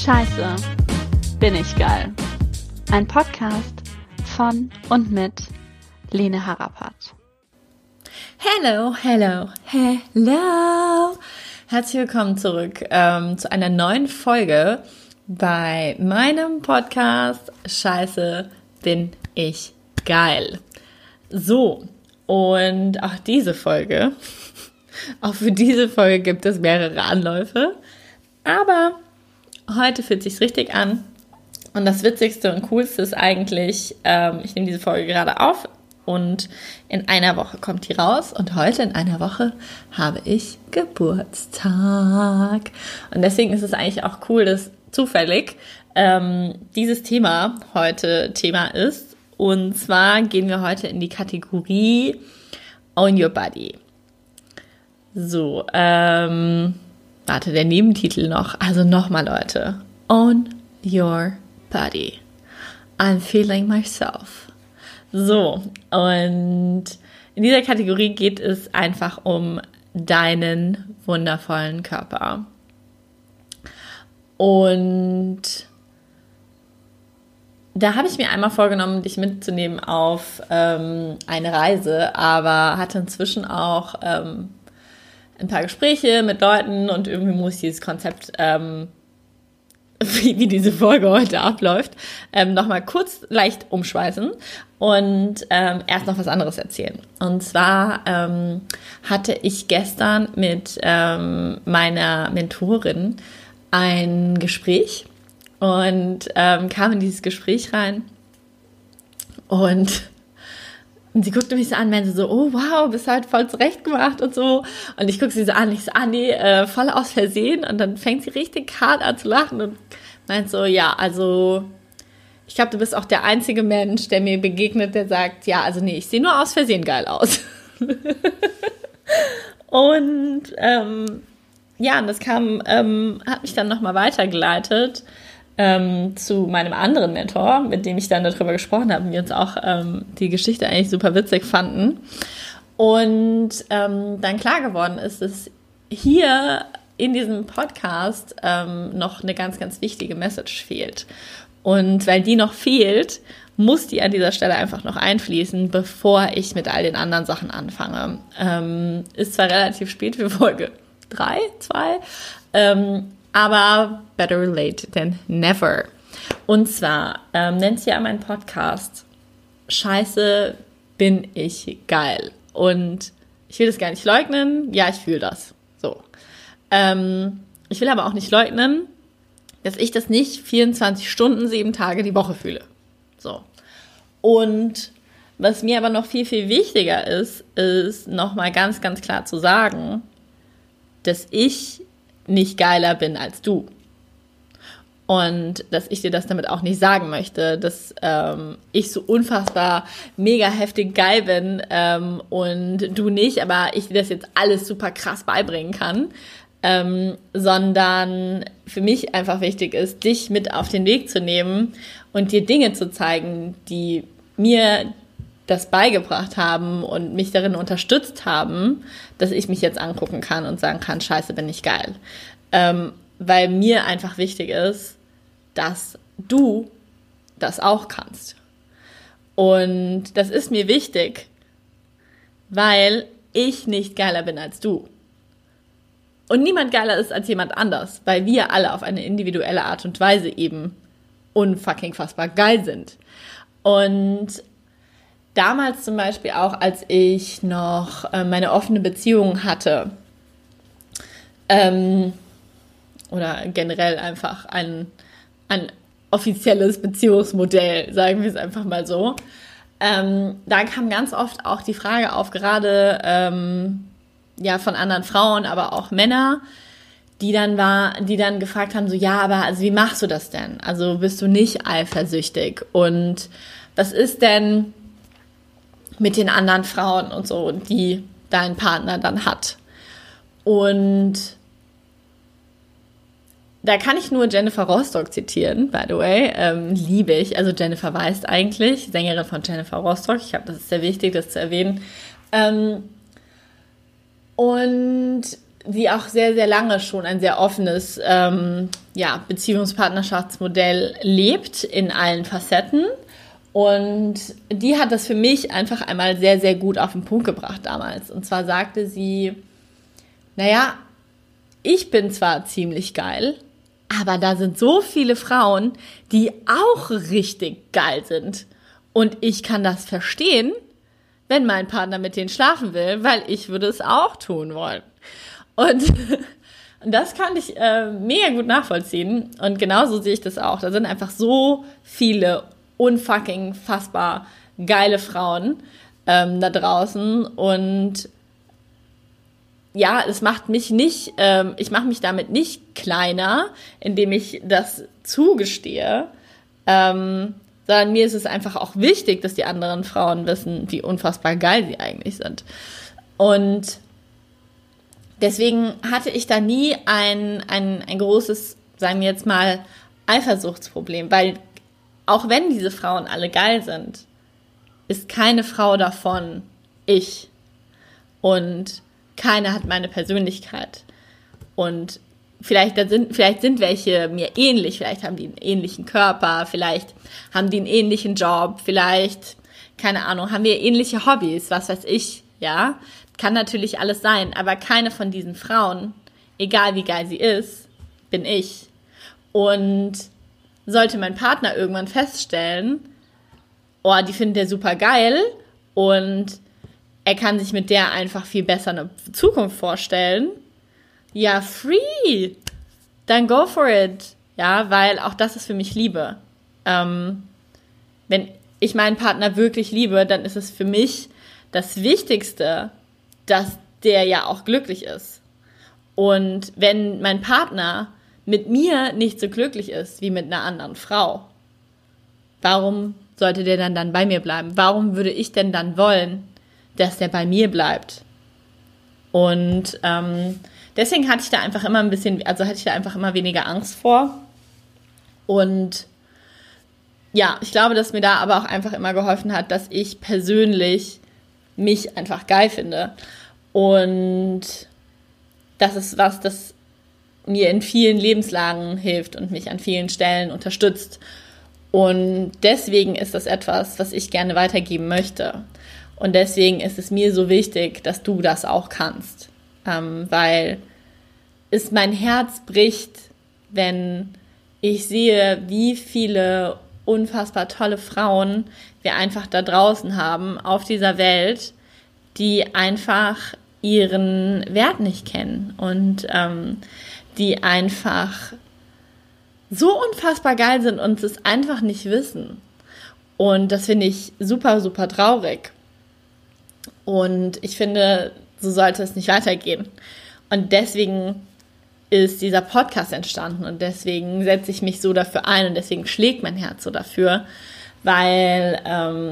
Scheiße, bin ich geil. Ein Podcast von und mit Lene Harapat. Hello. Herzlich willkommen zurück zu einer neuen Folge bei meinem Podcast Scheiße, bin ich geil. So, und auch für diese Folge gibt es mehrere Anläufe, aber heute fühlt sich's richtig an. Und das Witzigste und Coolste ist eigentlich, ich nehme diese Folge gerade auf und in einer Woche kommt die raus. Und heute in einer Woche habe ich Geburtstag. Und deswegen ist es eigentlich auch cool, dass zufällig dieses Thema heute Thema ist. Und zwar gehen wir heute in die Kategorie Own Your Body. So, der Nebentitel noch. Also nochmal, Leute. Own Your Body. I'm feeling myself. So, und in dieser Kategorie geht es einfach um deinen wundervollen Körper. Und da habe ich mir einmal vorgenommen, dich mitzunehmen auf eine Reise, aber hatte inzwischen auch ein paar Gespräche mit Leuten und irgendwie muss ich dieses Konzept, wie diese Folge heute abläuft, nochmal kurz leicht umschweißen und erst noch was anderes erzählen. Und zwar hatte ich gestern mit meiner Mentorin ein Gespräch und kam in dieses Gespräch rein und sie guckte mich so an, meinte so, oh wow, bist halt voll zurecht gemacht und so. Und ich gucke sie so an, ich so, nee, voll aus Versehen. Und dann fängt sie richtig hart an zu lachen und meint so, ja, also ich glaube, du bist auch der einzige Mensch, der mir begegnet, der sagt, ja, also nee, ich sehe nur aus Versehen geil aus. Und und das hat mich dann nochmal weitergeleitet zu meinem anderen Mentor, mit dem ich dann darüber gesprochen habe und wir uns auch die Geschichte eigentlich super witzig fanden. Und dann klar geworden ist, dass hier in diesem Podcast noch eine ganz, ganz wichtige Message fehlt. Und weil die noch fehlt, muss die an dieser Stelle einfach noch einfließen, bevor ich mit all den anderen Sachen anfange. Ist zwar relativ spät für Folge 3, aber better late than never. Und zwar nennt sich ja mein Podcast Scheiße, bin ich geil. Und ich will das gar nicht leugnen. Ja, ich fühle das. So. Ich will aber auch nicht leugnen, dass ich das nicht 24 Stunden, 7 Tage die Woche fühle. So. Und was mir aber noch viel, viel wichtiger ist nochmal ganz, ganz klar zu sagen, dass ich nicht geiler bin als du. Und dass ich dir das damit auch nicht sagen möchte, dass ich so unfassbar mega heftig geil bin und du nicht, aber ich dir das jetzt alles super krass beibringen kann, sondern für mich einfach wichtig ist, dich mit auf den Weg zu nehmen und dir Dinge zu zeigen, die mir das beigebracht haben und mich darin unterstützt haben, dass ich mich jetzt angucken kann und sagen kann, scheiße, bin ich geil. Weil mir einfach wichtig ist, dass du das auch kannst. Und das ist mir wichtig, weil ich nicht geiler bin als du. Und niemand geiler ist als jemand anders, weil wir alle auf eine individuelle Art und Weise eben unfucking fassbar geil sind. Und damals zum Beispiel auch, als ich noch meine offene Beziehung hatte, oder generell einfach ein offizielles Beziehungsmodell, sagen wir es einfach mal so, da kam ganz oft auch die Frage auf, gerade von anderen Frauen, aber auch Männer, die dann gefragt haben, so, ja, aber also wie machst du das denn? Also bist du nicht eifersüchtig? Und was ist denn mit den anderen Frauen und so, die dein Partner dann hat? Und da kann ich nur Jennifer Rostock zitieren, by the way, liebe ich, also Jennifer Weist eigentlich, Sängerin von Jennifer Rostock, ich glaube, das ist sehr wichtig, das zu erwähnen. Und sie auch sehr, sehr lange schon ein sehr offenes Beziehungspartnerschaftsmodell lebt in allen Facetten. Und die hat das für mich einfach einmal sehr, sehr gut auf den Punkt gebracht damals. Und zwar sagte sie, naja, ich bin zwar ziemlich geil, aber da sind so viele Frauen, die auch richtig geil sind. Und ich kann das verstehen, wenn mein Partner mit denen schlafen will, weil ich würde es auch tun wollen. Und das kann ich mega gut nachvollziehen. Und genauso sehe ich das auch. Da sind einfach so viele unfucking fassbar geile Frauen da draußen. Und ja, es macht mich nicht, ich mache mich damit nicht kleiner, indem ich das zugestehe, sondern mir ist es einfach auch wichtig, dass die anderen Frauen wissen, wie unfassbar geil sie eigentlich sind. Und deswegen hatte ich da nie ein großes, sagen wir jetzt mal, Eifersuchtsproblem, weil auch wenn diese Frauen alle geil sind, ist keine Frau davon ich. Und keine hat meine Persönlichkeit. Und vielleicht sind welche mir ähnlich, vielleicht haben die einen ähnlichen Körper, vielleicht haben die einen ähnlichen Job, vielleicht, keine Ahnung, haben wir ähnliche Hobbys, was weiß ich, ja. Kann natürlich alles sein, aber keine von diesen Frauen, egal wie geil sie ist, bin ich. Und sollte mein Partner irgendwann feststellen, oh, die findet der super geil und er kann sich mit der einfach viel besser eine Zukunft vorstellen, ja, free, dann go for it. Ja, weil auch das ist für mich Liebe. Wenn ich meinen Partner wirklich liebe, dann ist es für mich das Wichtigste, dass der ja auch glücklich ist. Und wenn mein Partner mit mir nicht so glücklich ist wie mit einer anderen Frau, warum sollte der dann bei mir bleiben? Warum würde ich denn dann wollen, dass der bei mir bleibt? Und deswegen hatte ich da einfach immer immer weniger Angst vor. Und ja, ich glaube, dass mir da aber auch einfach immer geholfen hat, dass ich persönlich mich einfach geil finde. Und das ist was, das mir in vielen Lebenslagen hilft und mich an vielen Stellen unterstützt. Und deswegen ist das etwas, was ich gerne weitergeben möchte. Und deswegen ist es mir so wichtig, dass du das auch kannst. Weil es mein Herz bricht, wenn ich sehe, wie viele unfassbar tolle Frauen wir einfach da draußen haben auf dieser Welt, die einfach ihren Wert nicht kennen und die einfach so unfassbar geil sind und es einfach nicht wissen. Und das finde ich super, super traurig. Und ich finde, so sollte es nicht weitergehen. Und deswegen ist dieser Podcast entstanden und deswegen setze ich mich so dafür ein und deswegen schlägt mein Herz so dafür, weil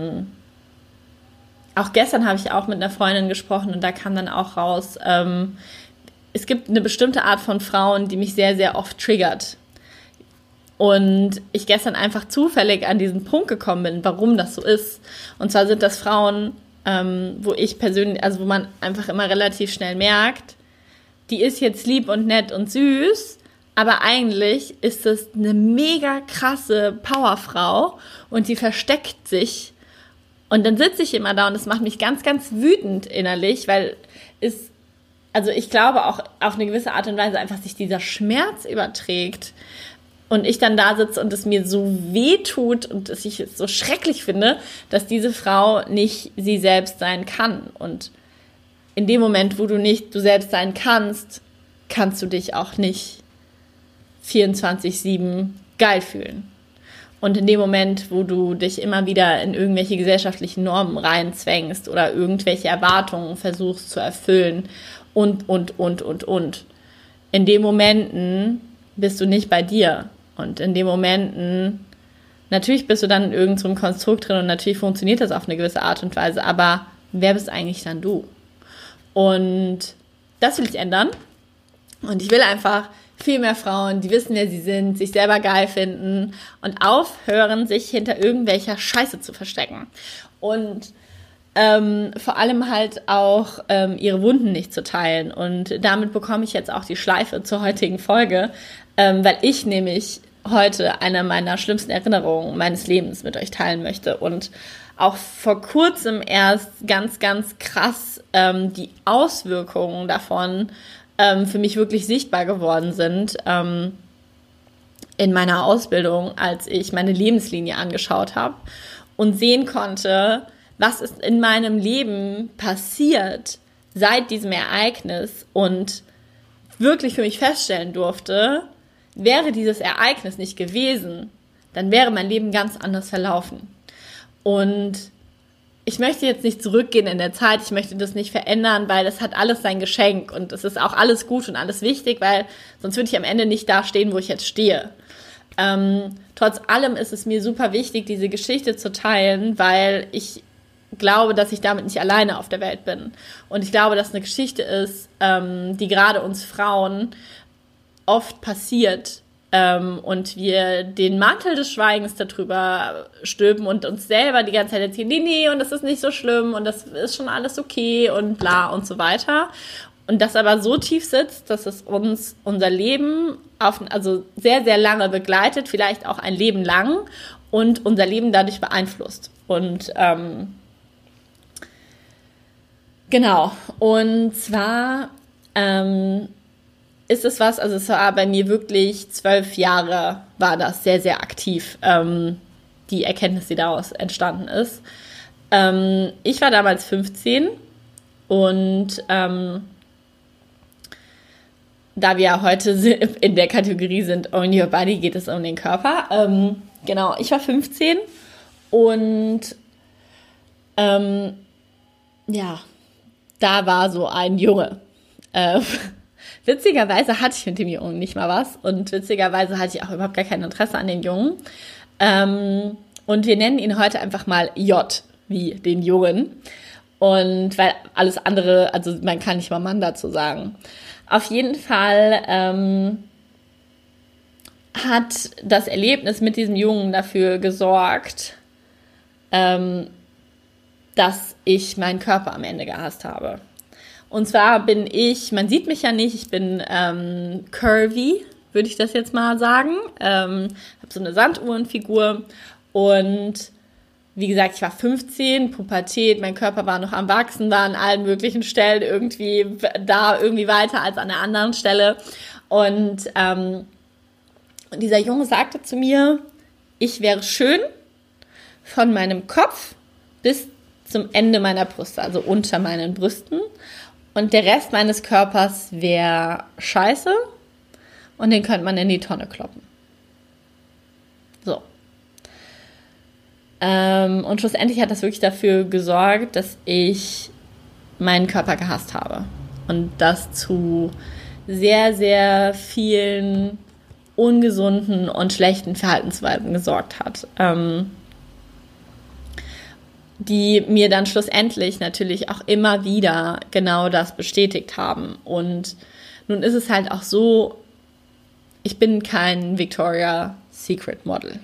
auch gestern habe ich auch mit einer Freundin gesprochen und da kam dann auch raus, es gibt eine bestimmte Art von Frauen, die mich sehr, sehr oft triggert. Und ich gestern einfach zufällig an diesen Punkt gekommen bin, warum das so ist. Und zwar sind das Frauen, wo man einfach immer relativ schnell merkt, die ist jetzt lieb und nett und süß, aber eigentlich ist es eine mega krasse Powerfrau und die versteckt sich. Und dann sitze ich immer da und das macht mich ganz, ganz wütend innerlich, weil ich glaube auch auf eine gewisse Art und Weise einfach sich dieser Schmerz überträgt. Und ich dann da sitze und es mir so weh tut und dass ich es so schrecklich finde, dass diese Frau nicht sie selbst sein kann. Und in dem Moment, wo du nicht du selbst sein kannst, kannst du dich auch nicht 24/7 geil fühlen. Und in dem Moment, wo du dich immer wieder in irgendwelche gesellschaftlichen Normen reinzwängst oder irgendwelche Erwartungen versuchst zu erfüllen und. In den Momenten bist du nicht bei dir. Und in den Momenten, natürlich bist du dann in irgendeinem Konstrukt drin und natürlich funktioniert das auf eine gewisse Art und Weise, aber wer bist eigentlich dann du? Und das will ich ändern. Und ich will einfach viel mehr Frauen, die wissen, wer sie sind, sich selber geil finden und aufhören, sich hinter irgendwelcher Scheiße zu verstecken. Und vor allem halt auch ihre Wunden nicht zu teilen. Und damit bekomme ich jetzt auch die Schleife zur heutigen Folge, weil ich nämlich heute eine meiner schlimmsten Erinnerungen meines Lebens mit euch teilen möchte und auch vor kurzem erst ganz, ganz krass die Auswirkungen davon für mich wirklich sichtbar geworden sind in meiner Ausbildung, als ich meine Lebenslinie angeschaut habe und sehen konnte, was ist in meinem Leben passiert seit diesem Ereignis und wirklich für mich feststellen durfte, wäre dieses Ereignis nicht gewesen, dann wäre mein Leben ganz anders verlaufen. Und ich möchte jetzt nicht zurückgehen in der Zeit, ich möchte das nicht verändern, weil das hat alles sein Geschenk und es ist auch alles gut und alles wichtig, weil sonst würde ich am Ende nicht da stehen, wo ich jetzt stehe. Trotz allem ist es mir super wichtig, diese Geschichte zu teilen, weil ich glaube, dass ich damit nicht alleine auf der Welt bin. Und ich glaube, dass eine Geschichte ist, die gerade uns Frauen oft passiert und wir den Mantel des Schweigens darüber stülpen und uns selber die ganze Zeit erzählen, nee, und das ist nicht so schlimm und das ist schon alles okay und bla und so weiter. Und das aber so tief sitzt, dass es uns unser Leben also sehr, sehr lange begleitet, vielleicht auch ein Leben lang und unser Leben dadurch beeinflusst. Und genau, und zwar ist es was, also es war bei mir wirklich 12 Jahre, war das sehr, sehr aktiv, die Erkenntnis, die daraus entstanden ist. Ich war damals 15 und da wir ja heute in der Kategorie sind Own Your Body, geht es um den Körper. Genau, ich war 15 und ja, da war so ein Junge. Witzigerweise hatte ich mit dem Jungen nicht mal was und witzigerweise hatte ich auch überhaupt gar kein Interesse an dem Jungen. Und wir nennen ihn heute einfach mal J, wie den Jungen. Und weil alles andere, also man kann nicht mal Mann dazu sagen. Auf jeden Fall hat das Erlebnis mit diesem Jungen dafür gesorgt, dass ich meinen Körper am Ende gehasst habe. Und zwar bin ich, man sieht mich ja nicht, ich bin curvy, würde ich das jetzt mal sagen. Habe so eine Sanduhrenfigur und wie gesagt, ich war 15, Pubertät, mein Körper war noch am Wachsen, war an allen möglichen Stellen irgendwie weiter als an der anderen Stelle. Und dieser Junge sagte zu mir, ich wäre schön von meinem Kopf bis zum Ende meiner Brüste, also unter meinen Brüsten. Und der Rest meines Körpers wäre scheiße und den könnte man in die Tonne kloppen. So. Und schlussendlich hat das wirklich dafür gesorgt, dass ich meinen Körper gehasst habe. Und das zu sehr, sehr vielen ungesunden und schlechten Verhaltensweisen gesorgt hat. Die mir dann schlussendlich natürlich auch immer wieder genau das bestätigt haben. Und nun ist es halt auch so, ich bin kein Victoria's Secret Model.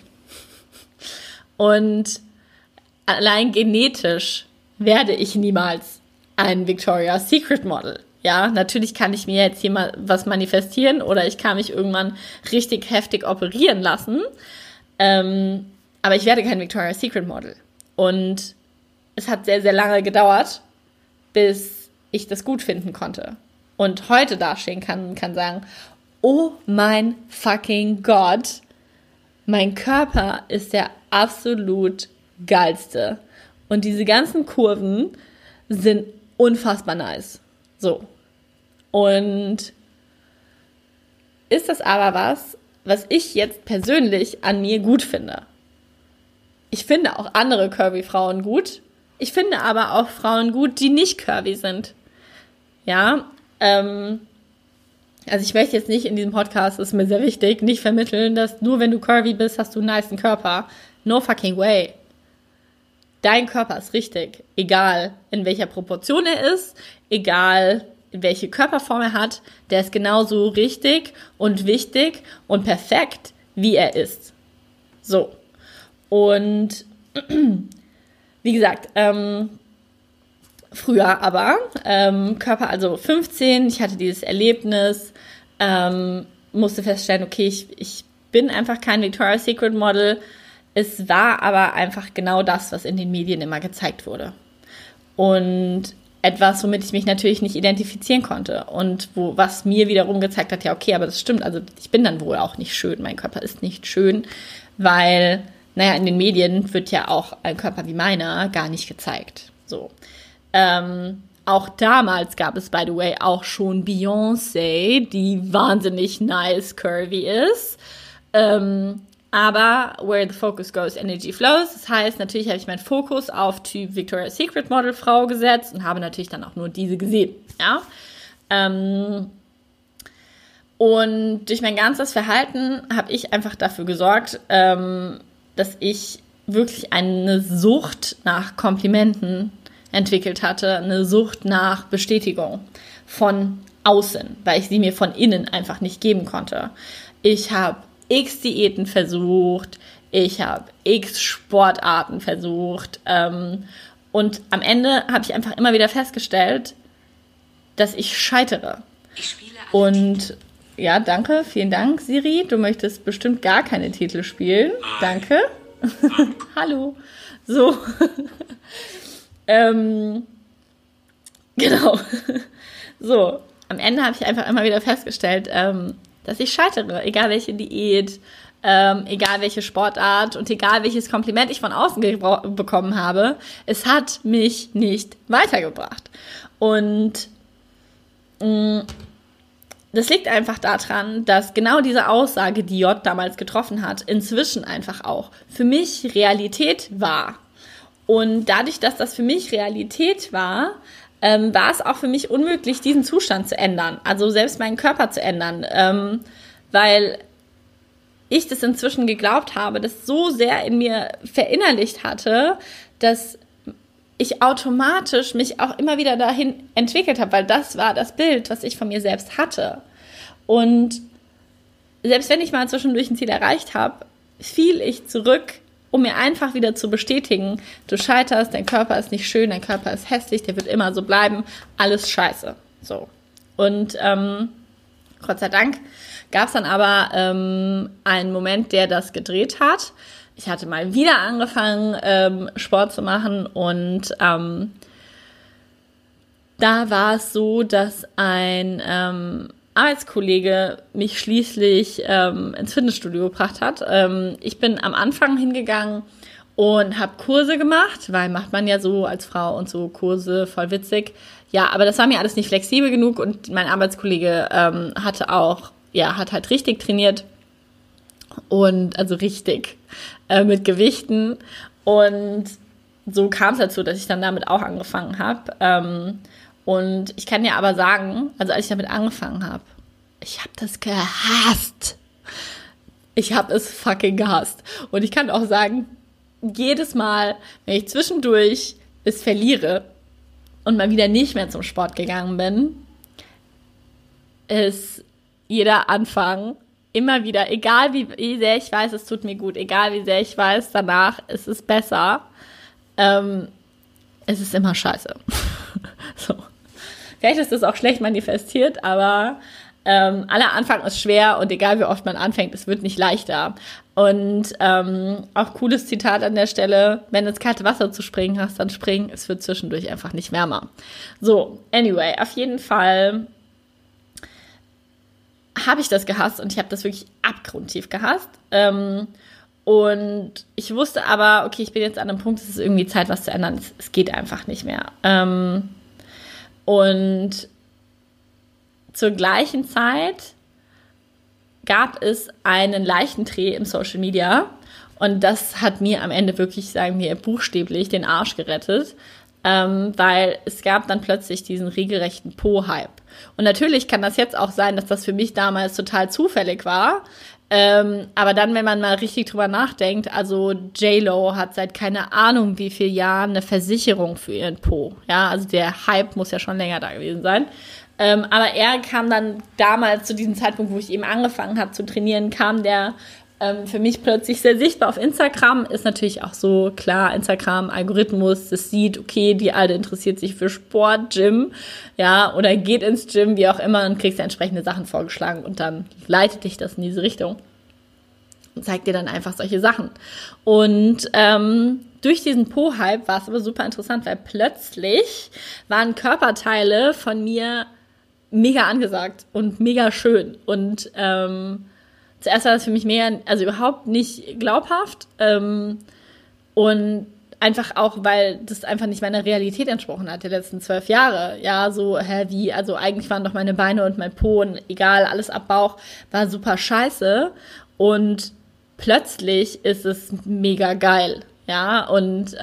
Und allein genetisch werde ich niemals ein Victoria's Secret Model. Ja, natürlich kann ich mir jetzt hier mal was manifestieren oder ich kann mich irgendwann richtig heftig operieren lassen. Aber ich werde kein Victoria's Secret Model. Und es hat sehr, sehr lange gedauert, bis ich das gut finden konnte. Und heute dastehen kann sagen, oh mein fucking Gott, mein Körper ist der absolut geilste. Und diese ganzen Kurven sind unfassbar nice. So. Und ist das aber was ich jetzt persönlich an mir gut finde. Ich finde auch andere Curvy-Frauen gut. Ich finde aber auch Frauen gut, die nicht curvy sind. Ja, also ich möchte jetzt nicht in diesem Podcast, das ist mir sehr wichtig, nicht vermitteln, dass nur wenn du curvy bist, hast du einen nicen Körper. No fucking way. Dein Körper ist richtig. Egal, in welcher Proportion er ist, egal, welche Körperform er hat, der ist genauso richtig und wichtig und perfekt, wie er ist. So. Und wie gesagt, früher aber, Körper also 15, ich hatte dieses Erlebnis, musste feststellen, okay, ich bin einfach kein Victoria's Secret Model. Es war aber einfach genau das, was in den Medien immer gezeigt wurde. Und etwas, womit ich mich natürlich nicht identifizieren konnte. Und was mir wiederum gezeigt hat, ja, okay, aber das stimmt, also ich bin dann wohl auch nicht schön. Mein Körper ist nicht schön, weil, in den Medien wird ja auch ein Körper wie meiner gar nicht gezeigt. So. Auch damals gab es, by the way, auch schon Beyoncé, die wahnsinnig nice curvy ist. Aber where the focus goes, energy flows. Das heißt, natürlich habe ich meinen Fokus auf Typ Victoria's Secret Model Frau gesetzt und habe natürlich dann auch nur diese gesehen. Ja? Und durch mein ganzes Verhalten habe ich einfach dafür gesorgt, dass ich wirklich eine Sucht nach Komplimenten entwickelt hatte, eine Sucht nach Bestätigung von außen, weil ich sie mir von innen einfach nicht geben konnte. Ich habe x Diäten versucht, ich habe x Sportarten versucht und am Ende habe ich einfach immer wieder festgestellt, dass ich scheitere. Und ja, danke, vielen Dank, Siri. Du möchtest bestimmt gar keine Titel spielen. Danke. Hallo. So. Genau. So, am Ende habe ich einfach immer wieder festgestellt, dass ich scheitere, egal welche Diät, egal welche Sportart und egal welches Kompliment ich von außen bekommen habe, es hat mich nicht weitergebracht. Und das liegt einfach daran, dass genau diese Aussage, die J damals getroffen hat, inzwischen einfach auch für mich Realität war. Und dadurch, dass das für mich Realität war, war es auch für mich unmöglich, diesen Zustand zu ändern, also selbst meinen Körper zu ändern, weil ich das inzwischen geglaubt habe, das so sehr in mir verinnerlicht hatte, dass ich automatisch mich auch immer wieder dahin entwickelt habe, weil das war das Bild, was ich von mir selbst hatte. Und selbst wenn ich mal zwischendurch ein Ziel erreicht habe, fiel ich zurück, um mir einfach wieder zu bestätigen, du scheiterst, dein Körper ist nicht schön, dein Körper ist hässlich, der wird immer so bleiben, alles scheiße. So. Und Gott sei Dank gab es dann aber einen Moment, der das gedreht hat. Ich hatte mal wieder angefangen, Sport zu machen und da war es so, dass ein Arbeitskollege mich schließlich ins Fitnessstudio gebracht hat. Ich bin am Anfang hingegangen und habe Kurse gemacht, weil macht man ja so als Frau und so Kurse, voll witzig. Ja, aber das war mir alles nicht flexibel genug und mein Arbeitskollege hat halt richtig trainiert und also richtig mit Gewichten und so kam es dazu, dass ich dann damit auch angefangen habe. Und ich kann dir aber sagen, also als ich damit angefangen habe, ich habe das gehasst. Ich habe es fucking gehasst. Und ich kann auch sagen, jedes Mal, wenn ich zwischendurch es verliere und mal wieder nicht mehr zum Sport gegangen bin, ist jeder Anfang immer wieder, egal wie sehr ich weiß, es tut mir gut, egal wie sehr ich weiß, danach ist es besser, es ist immer scheiße. So. Vielleicht ist das auch schlecht manifestiert, aber aller Anfang ist schwer und egal wie oft man anfängt, es wird nicht leichter. Und auch cooles Zitat an der Stelle, wenn du ins kalte Wasser zu springen hast, dann spring, es wird zwischendurch einfach nicht wärmer. So, anyway, auf jeden Fall habe ich das gehasst und ich habe das wirklich abgrundtief gehasst. Und ich wusste aber, okay, ich bin jetzt an einem Punkt, es ist irgendwie Zeit, was zu ändern. Es geht einfach nicht mehr. Und zur gleichen Zeit gab es einen leichten Dreh im Social Media und das hat mir am Ende wirklich, sagen wir, buchstäblich den Arsch gerettet, weil es gab dann plötzlich diesen regelrechten Po-Hype. Und natürlich kann das jetzt auch sein, dass das für mich damals total zufällig war, aber dann, wenn man mal richtig drüber nachdenkt, also J-Lo hat seit keine Ahnung wie vielen Jahren eine Versicherung für ihren Po. Ja, also der Hype muss ja schon länger da gewesen sein. Aber er kam dann damals zu diesem Zeitpunkt, wo ich eben angefangen habe zu trainieren, kam der für mich plötzlich sehr sichtbar auf Instagram. Ist natürlich auch so, klar, Instagram, Algorithmus, das sieht, okay, die Alte interessiert sich für Sport, Gym, ja, oder geht ins Gym, wie auch immer, und kriegst entsprechende Sachen vorgeschlagen und dann leitet dich das in diese Richtung und zeigt dir dann einfach solche Sachen. Und durch diesen Po-Hype war es aber super interessant, weil plötzlich waren Körperteile von mir mega angesagt und mega schön. Und zuerst war das für mich überhaupt nicht glaubhaft. Und einfach auch, weil das einfach nicht meiner Realität entsprochen hat, die letzten 12 Jahre. Ja, so, wie? Also eigentlich waren doch meine Beine und mein Po und egal, alles ab Bauch war super scheiße. Und plötzlich ist es mega geil. Ja, und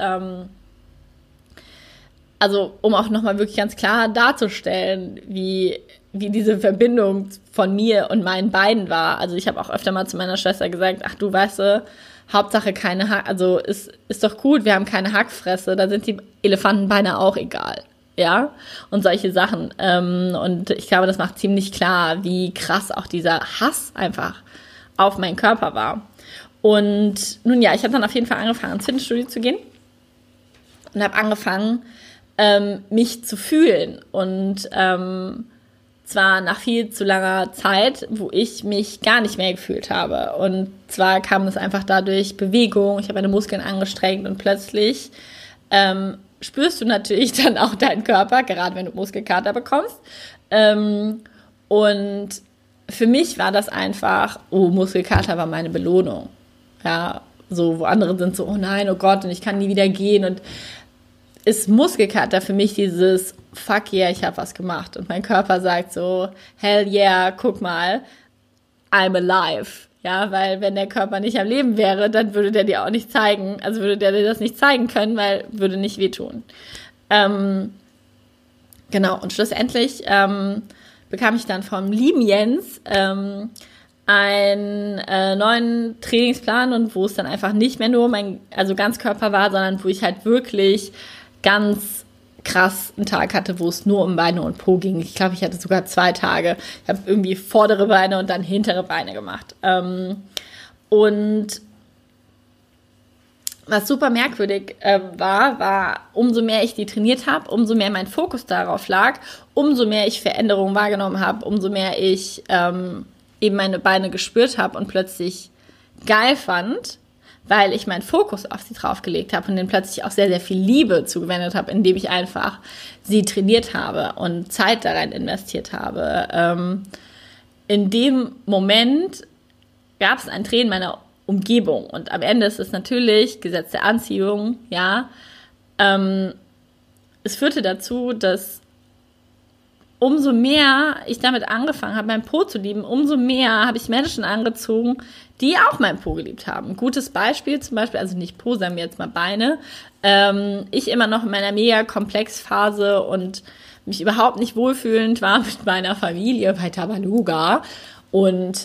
also um auch nochmal wirklich ganz klar darzustellen, wie diese Verbindung von mir und meinen Beinen war. Also ich habe auch öfter mal zu meiner Schwester gesagt, ach du, weißt du, Hauptsache keine also ist doch gut, wir haben keine Hackfresse, da sind die Elefantenbeine auch egal. Ja, und solche Sachen. Und ich glaube, das macht ziemlich klar, wie krass auch dieser Hass einfach auf meinen Körper war. Und nun ja, ich habe dann auf jeden Fall angefangen, ins Fitnessstudio zu gehen und habe angefangen, mich zu fühlen. Und zwar nach viel zu langer Zeit, wo ich mich gar nicht mehr gefühlt habe. Und zwar kam das einfach dadurch Bewegung, ich habe meine Muskeln angestrengt und plötzlich spürst du natürlich dann auch deinen Körper, gerade wenn du Muskelkater bekommst. Und für mich war das einfach, Muskelkater war meine Belohnung. Ja, so, wo andere sind so, oh nein, oh Gott, und ich kann nie wieder gehen. Und ist Muskelkater für mich dieses fuck yeah, ich habe was gemacht. Und mein Körper sagt so, hell yeah, guck mal, I'm alive. Ja, weil wenn der Körper nicht am Leben wäre, dann würde der dir auch nicht zeigen, also würde der dir das nicht zeigen können, weil würde nicht wehtun. Genau, und schlussendlich bekam ich dann vom lieben Jens einen neuen Trainingsplan und wo es dann einfach nicht mehr nur mein Ganzkörper war, sondern wo ich halt wirklich ganz krass einen Tag hatte, wo es nur um Beine und Po ging. Ich glaube, ich hatte sogar 2 Tage. Ich habe irgendwie vordere Beine und dann hintere Beine gemacht. Und was super merkwürdig war, umso mehr ich die trainiert habe, umso mehr mein Fokus darauf lag, umso mehr ich Veränderungen wahrgenommen habe, umso mehr ich eben meine Beine gespürt habe und plötzlich geil fand, weil ich meinen Fokus auf sie draufgelegt habe und denen plötzlich auch sehr, sehr viel Liebe zugewendet habe, indem ich einfach sie trainiert habe und Zeit darin investiert habe. In dem Moment gab es ein Drehen meiner Umgebung und am Ende ist es natürlich Gesetz der Anziehung, ja. Es führte dazu, dass umso mehr ich damit angefangen habe, meinen Po zu lieben, umso mehr habe ich Menschen angezogen, die auch meinen Po geliebt haben. Ein gutes Beispiel zum Beispiel, also nicht Po, sagen wir jetzt mal Beine. Ich immer noch in meiner Mega-Komplex-Phase und mich überhaupt nicht wohlfühlend war mit meiner Familie bei Tabaluga. Und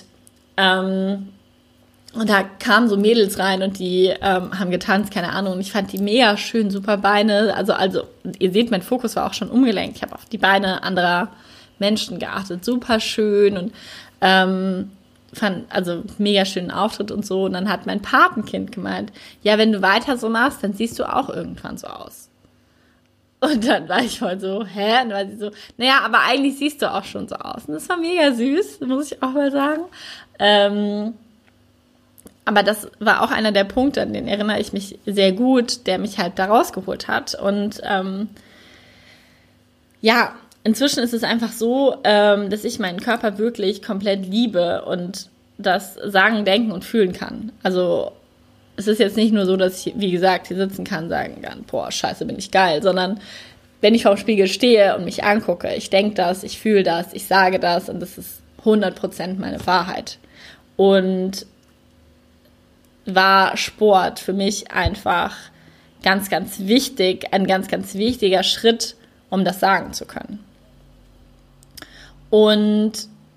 da kamen so Mädels rein und die haben getanzt, keine Ahnung. Und ich fand die mega schön, super Beine. Also ihr seht, mein Fokus war auch schon umgelenkt. Ich habe auf die Beine anderer Menschen geachtet. Super schön und fand mega schönen Auftritt und so. Und dann hat mein Patenkind gemeint, ja, wenn du weiter so machst, dann siehst du auch irgendwann so aus. Und dann war ich voll so, hä? Und dann war sie so, naja, aber eigentlich siehst du auch schon so aus. Und das war mega süß, muss ich auch mal sagen. Aber das war auch einer der Punkte, an den erinnere ich mich sehr gut, der mich halt da rausgeholt hat. Und inzwischen ist es einfach so, dass ich meinen Körper wirklich komplett liebe und das sagen, denken und fühlen kann. Also es ist jetzt nicht nur so, dass ich, wie gesagt, hier sitzen kann, sagen kann, boah, scheiße, bin ich geil, sondern wenn ich vorm Spiegel stehe und mich angucke, ich denke das, ich fühle das, ich sage das und das ist 100% meine Wahrheit. Und war Sport für mich einfach ganz, ganz wichtig, ein ganz, ganz wichtiger Schritt, um das sagen zu können. Und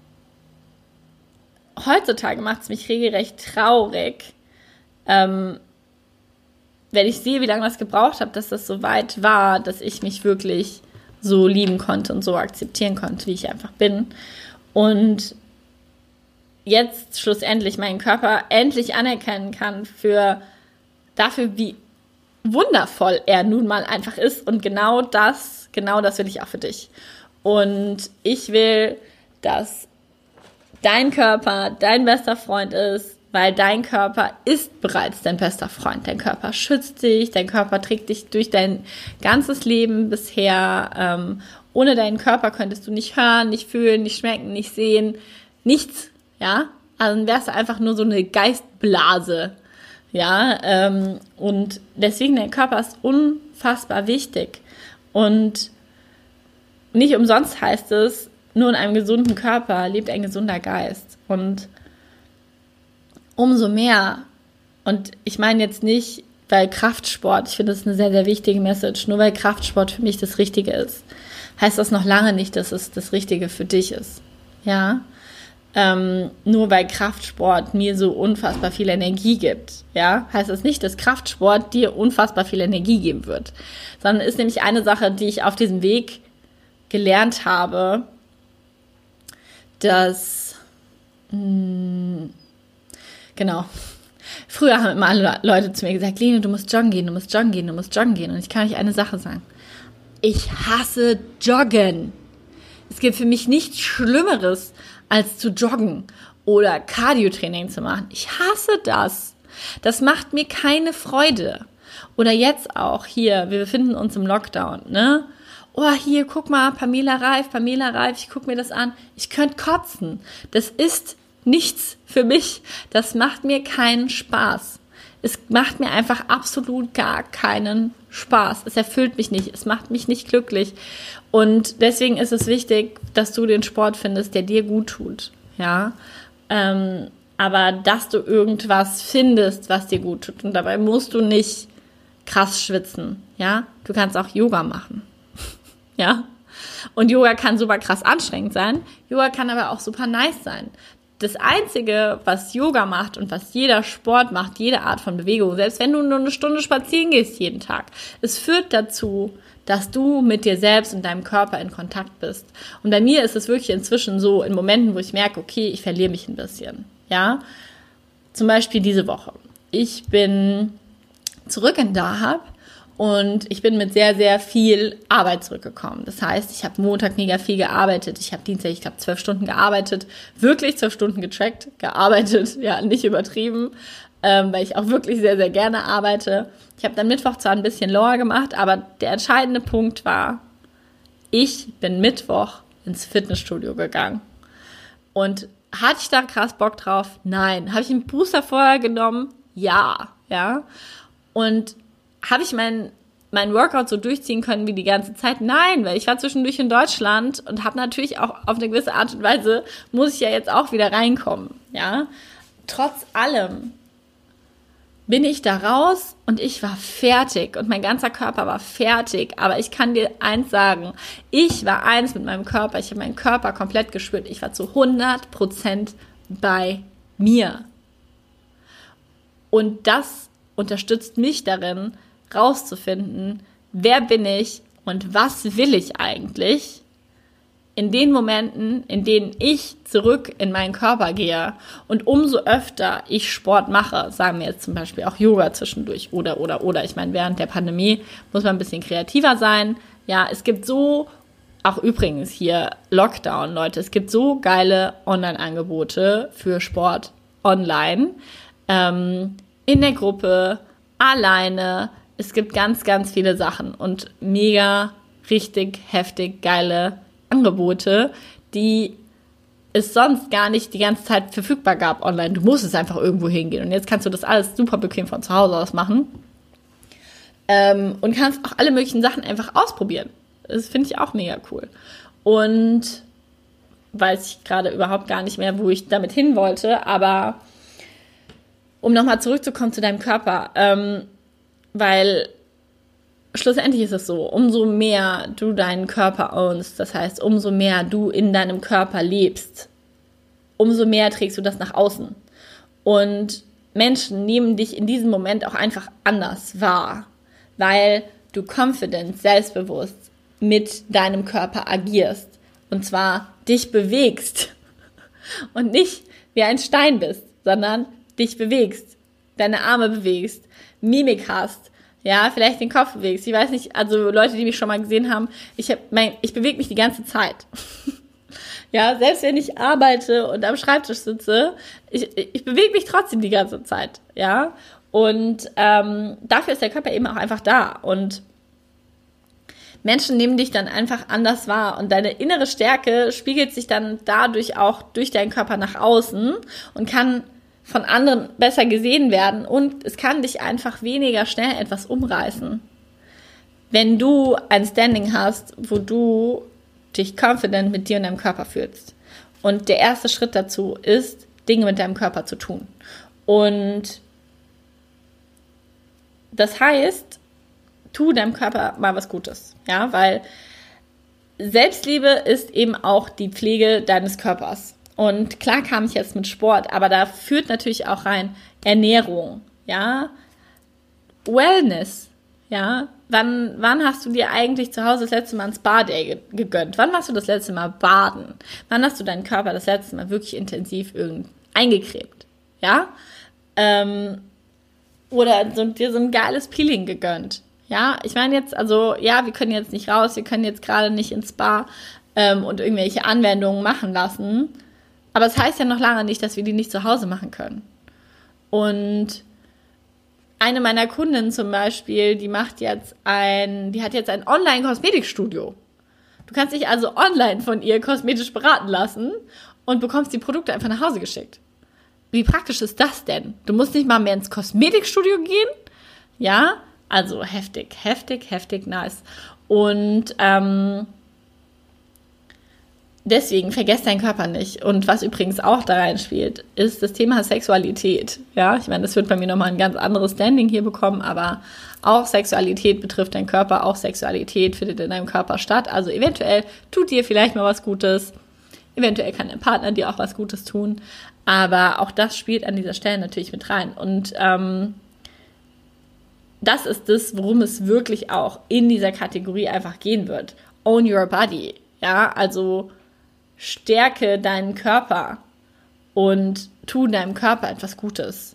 heutzutage macht es mich regelrecht traurig, wenn ich sehe, wie lange das gebraucht habe, dass das so weit war, dass ich mich wirklich so lieben konnte und so akzeptieren konnte, wie ich einfach bin. Und jetzt schlussendlich meinen Körper endlich anerkennen kann dafür, wie wundervoll er nun mal einfach ist. Und genau das will ich auch für dich. Und ich will, dass dein Körper dein bester Freund ist, weil dein Körper ist bereits dein bester Freund. Dein Körper schützt dich, dein Körper trägt dich durch dein ganzes Leben bisher. Ohne deinen Körper könntest du nicht hören, nicht fühlen, nicht schmecken, nicht sehen, nichts, ja. Also dann wärst du einfach nur so eine Geistblase, ja. Und deswegen, dein Körper ist unfassbar wichtig. Und nicht umsonst heißt es, nur in einem gesunden Körper lebt ein gesunder Geist. Und umso mehr, und ich meine jetzt nicht, weil Kraftsport, ich finde das eine sehr, sehr wichtige Message, nur weil Kraftsport für mich das Richtige ist, heißt das noch lange nicht, dass es das Richtige für dich ist. Ja, nur weil Kraftsport mir so unfassbar viel Energie gibt, ja, heißt das nicht, dass Kraftsport dir unfassbar viel Energie geben wird, sondern ist nämlich eine Sache, die ich auf diesem Weg gelernt habe, dass, genau, früher haben immer alle Leute zu mir gesagt, Lene, du musst joggen gehen, du musst joggen gehen, du musst joggen gehen. Und ich kann euch eine Sache sagen. Ich hasse Joggen. Es gibt für mich nichts Schlimmeres, als zu joggen oder Cardio-Training zu machen. Ich hasse das. Das macht mir keine Freude. Oder jetzt auch hier, wir befinden uns im Lockdown, ne? Oh, hier, guck mal, Pamela Reif, ich guck mir das an. Ich könnte kotzen. Das ist nichts für mich. Das macht mir keinen Spaß. Es macht mir einfach absolut gar keinen Spaß. Es erfüllt mich nicht. Es macht mich nicht glücklich. Und deswegen ist es wichtig, dass du den Sport findest, der dir gut tut. Ja. Aber dass du irgendwas findest, was dir gut tut. Und dabei musst du nicht krass schwitzen. Ja. Du kannst auch Yoga machen. Ja. Und Yoga kann super krass anstrengend sein. Yoga kann aber auch super nice sein. Das Einzige, was Yoga macht und was jeder Sport macht, jede Art von Bewegung, selbst wenn du nur eine Stunde spazieren gehst jeden Tag, es führt dazu, dass du mit dir selbst und deinem Körper in Kontakt bist. Und bei mir ist es wirklich inzwischen so, in Momenten, wo ich merke, okay, ich verliere mich ein bisschen. Ja, zum Beispiel diese Woche. Ich bin zurück in Dahab. Und ich bin mit sehr, sehr viel Arbeit zurückgekommen. Das heißt, ich habe Montag mega viel gearbeitet. Ich habe Dienstag, 12 Stunden gearbeitet. Wirklich 12 Stunden getrackt, gearbeitet. Ja, nicht übertrieben, weil ich auch wirklich sehr, sehr gerne arbeite. Ich habe dann Mittwoch zwar ein bisschen lower gemacht, aber der entscheidende Punkt war, ich bin Mittwoch ins Fitnessstudio gegangen. Und hatte ich da krass Bock drauf? Nein. Habe ich einen Booster vorher genommen? Ja. Und habe ich mein Workout so durchziehen können wie die ganze Zeit? Nein, weil ich war zwischendurch in Deutschland und habe natürlich auch auf eine gewisse Art und Weise, muss ich ja jetzt auch wieder reinkommen, ja. Trotz allem bin ich da raus und ich war fertig und mein ganzer Körper war fertig. Aber ich kann dir eins sagen, ich war eins mit meinem Körper, ich habe meinen Körper komplett gespürt. Ich war zu 100% bei mir. Und das unterstützt mich darin, rauszufinden, wer bin ich und was will ich eigentlich in den Momenten, in denen ich zurück in meinen Körper gehe und umso öfter ich Sport mache, sagen wir jetzt zum Beispiel auch Yoga zwischendurch oder. Ich meine, während der Pandemie muss man ein bisschen kreativer sein. Ja, es gibt so, auch übrigens hier Lockdown, Leute, es gibt so geile Online-Angebote für Sport online, in der Gruppe, alleine. Es gibt ganz, ganz viele Sachen und mega, richtig heftig geile Angebote, die es sonst gar nicht die ganze Zeit verfügbar gab online. Du musst es einfach irgendwo hingehen und jetzt kannst du das alles super bequem von zu Hause aus machen und kannst auch alle möglichen Sachen einfach ausprobieren. Das finde ich auch mega cool. Und weiß ich gerade überhaupt gar nicht mehr, wo ich damit hin wollte, aber um nochmal zurückzukommen zu deinem Körper, weil schlussendlich ist es so, umso mehr du deinen Körper ownst, das heißt, umso mehr du in deinem Körper lebst, umso mehr trägst du das nach außen. Und Menschen nehmen dich in diesem Moment auch einfach anders wahr, weil du confident, selbstbewusst mit deinem Körper agierst und zwar dich bewegst und nicht wie wie ein Stein bist, sondern dich bewegst, deine Arme bewegst, Mimik hast, ja, vielleicht den Kopf bewegst. Ich weiß nicht, also Leute, die mich schon mal gesehen haben, ich bewege mich die ganze Zeit. Ja, selbst wenn ich arbeite und am Schreibtisch sitze, ich bewege mich trotzdem die ganze Zeit, ja. Und dafür ist der Körper eben auch einfach da. Und Menschen nehmen dich dann einfach anders wahr. Und deine innere Stärke spiegelt sich dann dadurch auch durch deinen Körper nach außen und kann von anderen besser gesehen werden. Und es kann dich einfach weniger schnell etwas umreißen. Wenn du ein Standing hast, wo du dich confident mit dir und deinem Körper fühlst. Und der erste Schritt dazu ist, Dinge mit deinem Körper zu tun. Und das heißt, tu deinem Körper mal was Gutes. Ja, weil Selbstliebe ist eben auch die Pflege deines Körpers. Und klar kam ich jetzt mit Sport, aber da führt natürlich auch rein Ernährung, ja, Wellness, ja. Wann hast du dir eigentlich zu Hause das letzte Mal ein Spa-Day gegönnt? Wann warst du das letzte Mal baden? Wann hast du deinen Körper das letzte Mal wirklich intensiv eingecremt? Ja? Oder dir so ein geiles Peeling gegönnt. Ja, ich meine jetzt, also, ja, wir können jetzt nicht raus, wir können jetzt gerade nicht ins Spa und irgendwelche Anwendungen machen lassen. Aber es heißt ja noch lange nicht, dass wir die nicht zu Hause machen können. Und eine meiner Kundinnen zum Beispiel, die hat jetzt ein Online-Kosmetikstudio. Du kannst dich also online von ihr kosmetisch beraten lassen und bekommst die Produkte einfach nach Hause geschickt. Wie praktisch ist das denn? Du musst nicht mal mehr ins Kosmetikstudio gehen. Ja, also heftig nice. Und deswegen vergesst deinen Körper nicht. Und was übrigens auch da reinspielt, ist das Thema Sexualität. Ja, ich meine, das wird bei mir nochmal ein ganz anderes Standing hier bekommen, aber auch Sexualität betrifft deinen Körper, auch Sexualität findet in deinem Körper statt. Also eventuell tut dir vielleicht mal was Gutes, eventuell kann dein Partner dir auch was Gutes tun, aber auch das spielt an dieser Stelle natürlich mit rein. Und das ist das, worum es wirklich auch in dieser Kategorie einfach gehen wird. Own your body. Ja, also stärke deinen Körper und tu deinem Körper etwas Gutes.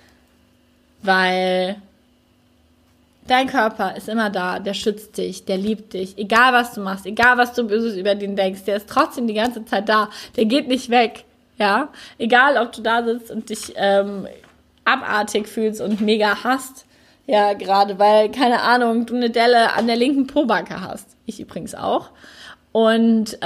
Weil dein Körper ist immer da, der schützt dich, der liebt dich. Egal, was du machst, egal, was du Böses über den denkst, der ist trotzdem die ganze Zeit da. Der geht nicht weg, ja. Egal, ob du da sitzt und dich abartig fühlst und mega hasst, ja, gerade weil, keine Ahnung, du eine Delle an der linken Pobacke hast. Ich übrigens auch. Und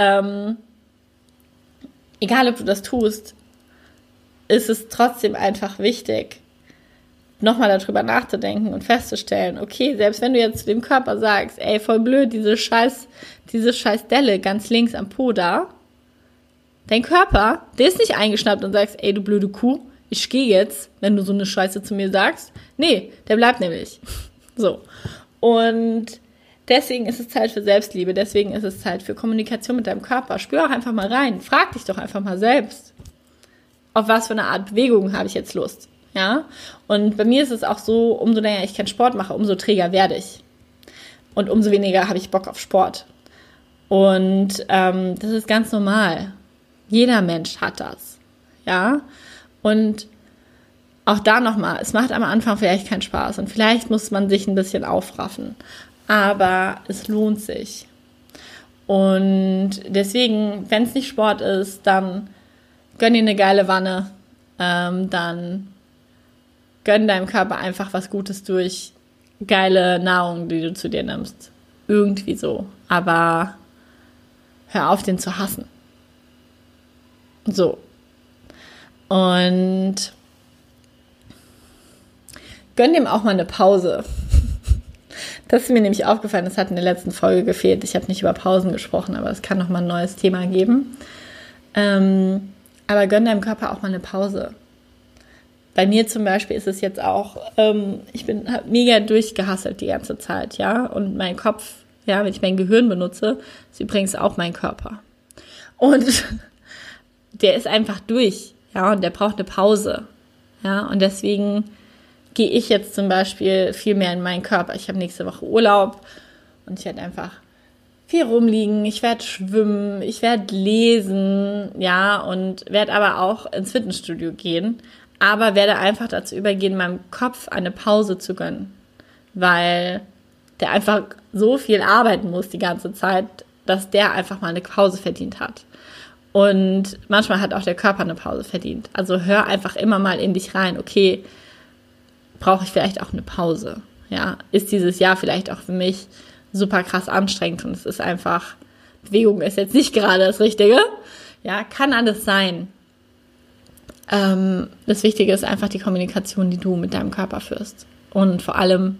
egal, ob du das tust, ist es trotzdem einfach wichtig, nochmal darüber nachzudenken und festzustellen, okay, selbst wenn du jetzt zu dem Körper sagst, ey, voll blöd, diese scheiß Delle ganz links am Po da, dein Körper, der ist nicht eingeschnappt und sagst, ey, du blöde Kuh, ich gehe jetzt, wenn du so eine Scheiße zu mir sagst. Nee, der bleibt nämlich. So. Und deswegen ist es Zeit für Selbstliebe, deswegen ist es Zeit für Kommunikation mit deinem Körper. Spür auch einfach mal rein, frag dich doch einfach mal selbst, auf was für eine Art Bewegung habe ich jetzt Lust, ja? Und bei mir ist es auch so, umso länger ich keinen Sport mache, umso träger werde ich. Und umso weniger habe ich Bock auf Sport. Und das ist ganz normal. Jeder Mensch hat das, ja? Und auch da nochmal, es macht am Anfang vielleicht keinen Spaß und vielleicht muss man sich ein bisschen aufraffen. Aber es lohnt sich. Und deswegen, wenn es nicht Sport ist, dann gönn dir eine geile Wanne. Dann gönn deinem Körper einfach was Gutes durch geile Nahrung, die du zu dir nimmst. Irgendwie so. Aber hör auf, den zu hassen. So. Und gönn dem auch mal eine Pause. Das ist mir nämlich aufgefallen, das hat in der letzten Folge gefehlt. Ich habe nicht über Pausen gesprochen, aber es kann noch mal ein neues Thema geben. Aber gönn deinem Körper auch mal eine Pause. Bei mir zum Beispiel ist es jetzt auch, ich bin mega durchgehasselt die ganze Zeit, ja. Und mein Kopf, ja, wenn ich mein Gehirn benutze, ist übrigens auch mein Körper. Und der ist einfach durch, ja, und der braucht eine Pause, ja. Und deswegen gehe ich jetzt zum Beispiel viel mehr in meinen Körper. Ich habe nächste Woche Urlaub und ich werde einfach viel rumliegen, ich werde schwimmen, ich werde lesen, ja, und werde aber auch ins Fitnessstudio gehen, aber werde einfach dazu übergehen, meinem Kopf eine Pause zu gönnen, weil der einfach so viel arbeiten muss die ganze Zeit, dass der einfach mal eine Pause verdient hat. Und manchmal hat auch der Körper eine Pause verdient. Also hör einfach immer mal in dich rein, okay, brauche ich vielleicht auch eine Pause? Ja, ist dieses Jahr vielleicht auch für mich super krass anstrengend und es ist einfach, Bewegung ist jetzt nicht gerade das Richtige. Ja, kann alles sein. Das Wichtige ist einfach die Kommunikation, die du mit deinem Körper führst. Und vor allem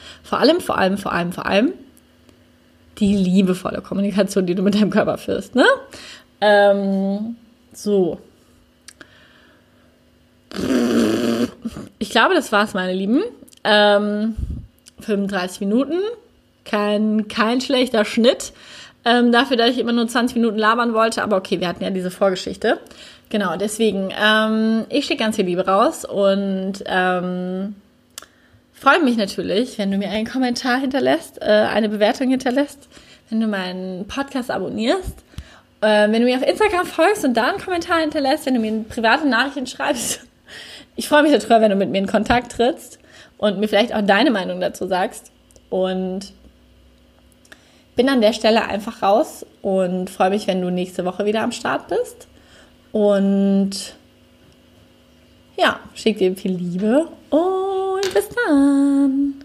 die liebevolle Kommunikation, die du mit deinem Körper führst. Ne? So. Ich glaube, das war's, meine Lieben. 35 Minuten. Kein schlechter Schnitt. Dafür, dass ich immer nur 20 Minuten labern wollte. Aber okay, wir hatten ja diese Vorgeschichte. Genau, deswegen, ich schicke ganz viel Liebe raus und freue mich natürlich, wenn du mir einen Kommentar hinterlässt, eine Bewertung hinterlässt, wenn du meinen Podcast abonnierst, wenn du mir auf Instagram folgst und da einen Kommentar hinterlässt, wenn du mir private Nachrichten schreibst. Ich freue mich darüber, wenn du mit mir in Kontakt trittst und mir vielleicht auch deine Meinung dazu sagst. Und bin an der Stelle einfach raus und freue mich, wenn du nächste Woche wieder am Start bist. Und ja, schick dir viel Liebe und bis dann.